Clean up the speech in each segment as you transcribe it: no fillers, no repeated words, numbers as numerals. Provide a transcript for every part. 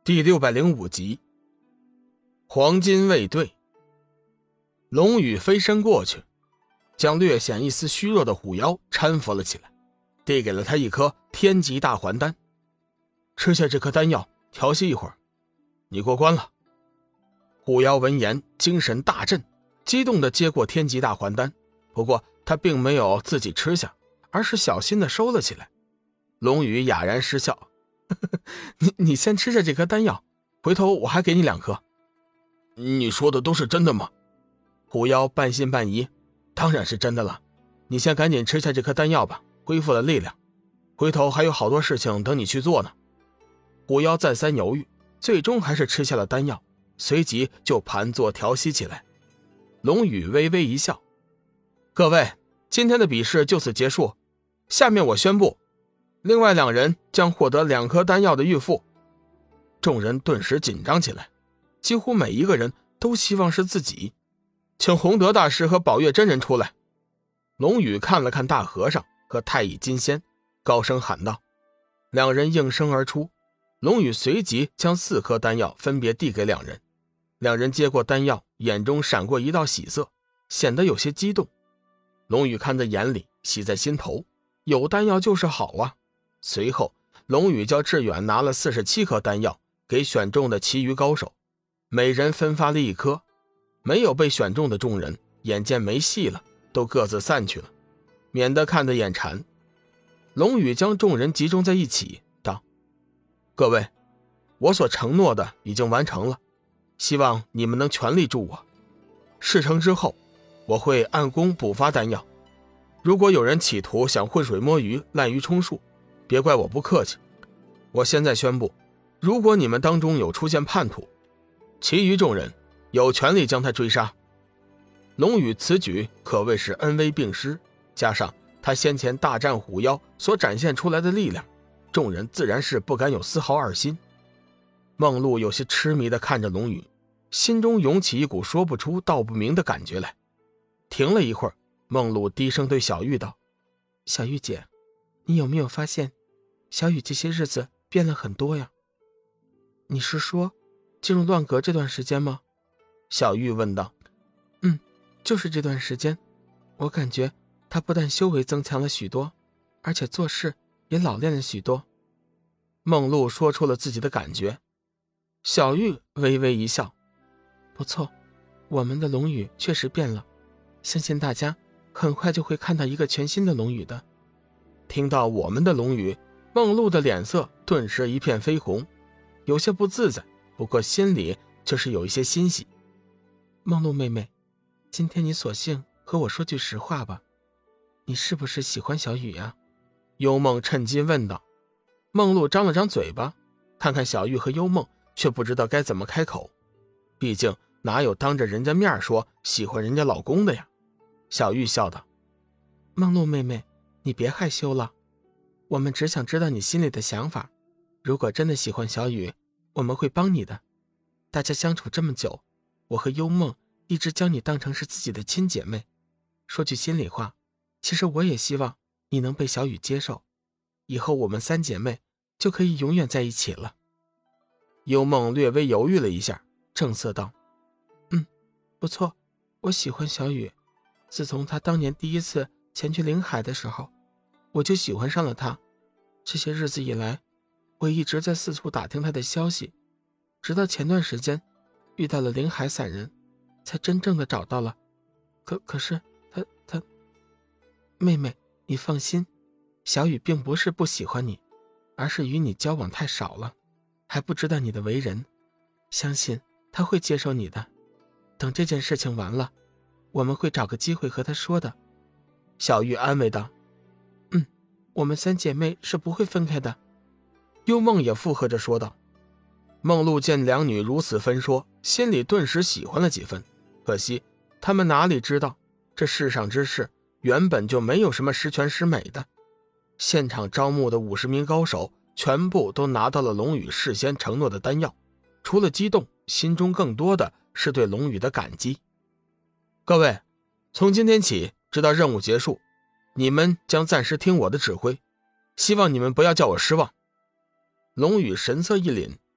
第605集，黄金卫队。龙宇飞身过去，将略显一丝虚弱的虎妖搀扶了起来，递给了他一颗天级大还丹。吃下这颗丹药，调息一会儿，你过关了。虎妖闻言精神大振，激动地接过天级大还丹，不过他并没有自己吃下，而是小心地收了起来。龙宇哑然失笑，你先吃下这颗丹药，回头我还给你2颗。你说的都是真的吗？虎妖半信半疑，当然是真的了。你先赶紧吃下这颗丹药吧，恢复了力量，回头还有好多事情等你去做呢。虎妖再三犹豫，最终还是吃下了丹药，随即就盘坐调息起来。龙宇微微一笑，各位，今天的比试就此结束，下面我宣布，另外2人将获得2颗丹药的预付。众人顿时紧张起来，几乎每一个人都希望是自己。请弘德大师和宝月真人出来。龙宇看了看大和尚和太乙金仙，高声喊道。2人应声而出，龙宇随即将4颗丹药分别递给2人。2人接过丹药，眼中闪过一道喜色，显得有些激动。龙宇看在眼里，喜在心头，有丹药就是好啊。随后龙宇叫志远拿了47颗丹药给选中的其余高手，每人分发了1颗。没有被选中的众人眼见没戏了，都各自散去了，免得看得眼馋。龙宇将众人集中在一起道，各位，我所承诺的已经完成了，希望你们能全力助我。事成之后，我会按功补发丹药，如果有人企图想浑水摸鱼、滥竽充数，别怪我不客气。我现在宣布，如果你们当中有出现叛徒，其余众人有权利将他追杀。龙宇此举可谓是恩威并施，加上他先前大战虎妖所展现出来的力量，众人自然是不敢有丝毫二心。梦露有些痴迷地看着龙宇，心中涌起一股说不出道不明的感觉来。停了一会儿，梦露低声对小玉道，小玉姐，你有没有发现小雨这些日子变了很多呀？你是说进入乱阁这段时间吗？小玉问道。就是这段时间，我感觉他不但修为增强了许多，而且做事也老练了许多。梦露说出了自己的感觉。小玉微微一笑，不错，我们的龙宇确实变了，相信大家很快就会看到一个全新的龙宇的。听到我们的龙宇，梦露的脸色顿时一片绯红，有些不自在，不过心里却是有一些欣喜。梦露妹妹，今天你索性和我说句实话吧，你是不是喜欢小雨呀？幽梦趁机问道。梦露张了张嘴巴，看看小玉和幽梦，却不知道该怎么开口，毕竟哪有当着人家面说喜欢人家老公的呀。小玉笑道，梦露妹妹，你别害羞了，我们只想知道你心里的想法，如果真的喜欢小雨，我们会帮你的。大家相处这么久，我和幽梦一直将你当成是自己的亲姐妹，说句心里话，其实我也希望你能被小雨接受，以后我们3姐妹就可以永远在一起了。幽梦略微犹豫了一下，正色道，不错，我喜欢小雨，自从她当年第1次前去临海的时候，我就喜欢上了她。这些日子以来，我一直在四处打听她的消息，直到前段时间遇到了临海散人，才真正的找到了。可是他妹妹，你放心，小雨并不是不喜欢你，而是与你交往太少了，还不知道你的为人，相信他会接受你的。等这件事情完了，我们会找个机会和他说的。小玉安慰道，我们3姐妹是不会分开的。幽梦也附和着说道。梦露见2女如此分说，心里顿时喜欢了几分，可惜他们哪里知道，这世上之事原本就没有什么十全十美的。现场招募的50名高手全部都拿到了龙宇事先承诺的丹药，除了激动，心中更多的是对龙宇的感激。各位，从今天起直到任务结束，你们将暂时听我的指挥，希望你们不要叫我失望。龙宇神色一凛，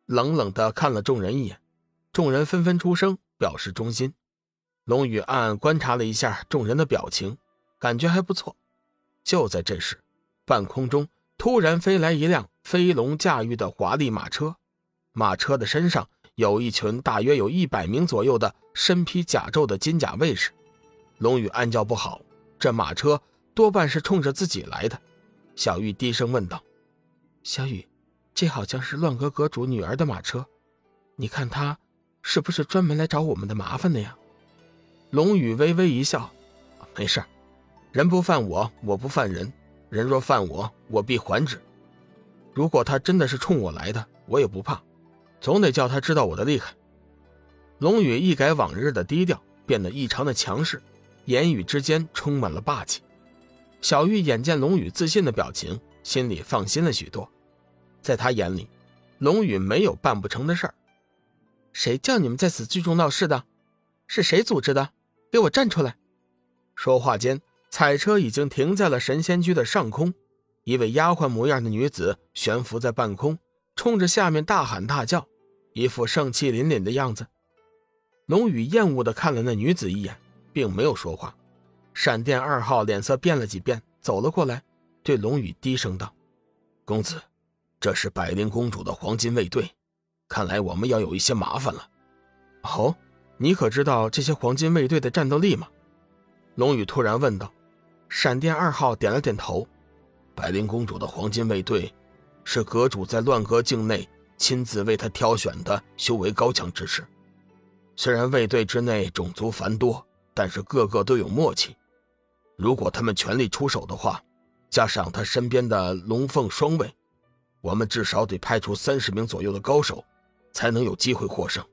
冷冷地看了众人一眼，众人纷纷出声表示忠心。龙宇暗暗观察了一下众人的表情，感觉还不错。就在这时，半空中突然飞来一辆飞龙驾驭的华丽马车，马车的身上有一群大约有100名左右的身披甲胄的金甲卫士。龙宇暗叫不好，这马车多半是冲着自己来的。小玉低声问道：小雨，这好像是乱阁阁主女儿的马车，你看她是不是专门来找我们的麻烦的呀？龙宇微微一笑：没事，人不犯我，我不犯人，人若犯我，我必还之。如果他真的是冲我来的，我也不怕，总得叫他知道我的厉害。龙宇一改往日的低调，变得异常的强势，言语之间充满了霸气。小玉眼见龙宇自信的表情，心里放心了许多。在他眼里，龙宇没有办不成的事儿。谁叫你们在此聚众闹事的？是谁组织的？给我站出来！说话间，彩车已经停在了神仙居的上空，一位丫鬟模样的女子悬浮在半空，冲着下面大喊大叫，一副盛气凛凛的样子。龙宇厌恶地看了那女子一眼，并没有说话。闪电2号脸色变了几变，走了过来，对龙宇低声道：公子，这是百灵公主的黄金卫队，看来我们要有一些麻烦了。哦，你可知道这些黄金卫队的战斗力吗？龙宇突然问道。闪电2号点了点头。百灵公主的黄金卫队是阁主在乱阁境内亲自为她挑选的修为高强之士，虽然卫队之内种族繁多，但是个个都有默契。如果他们全力出手的话，加上他身边的龙凤双卫，我们至少得派出30名左右的高手，才能有机会获胜。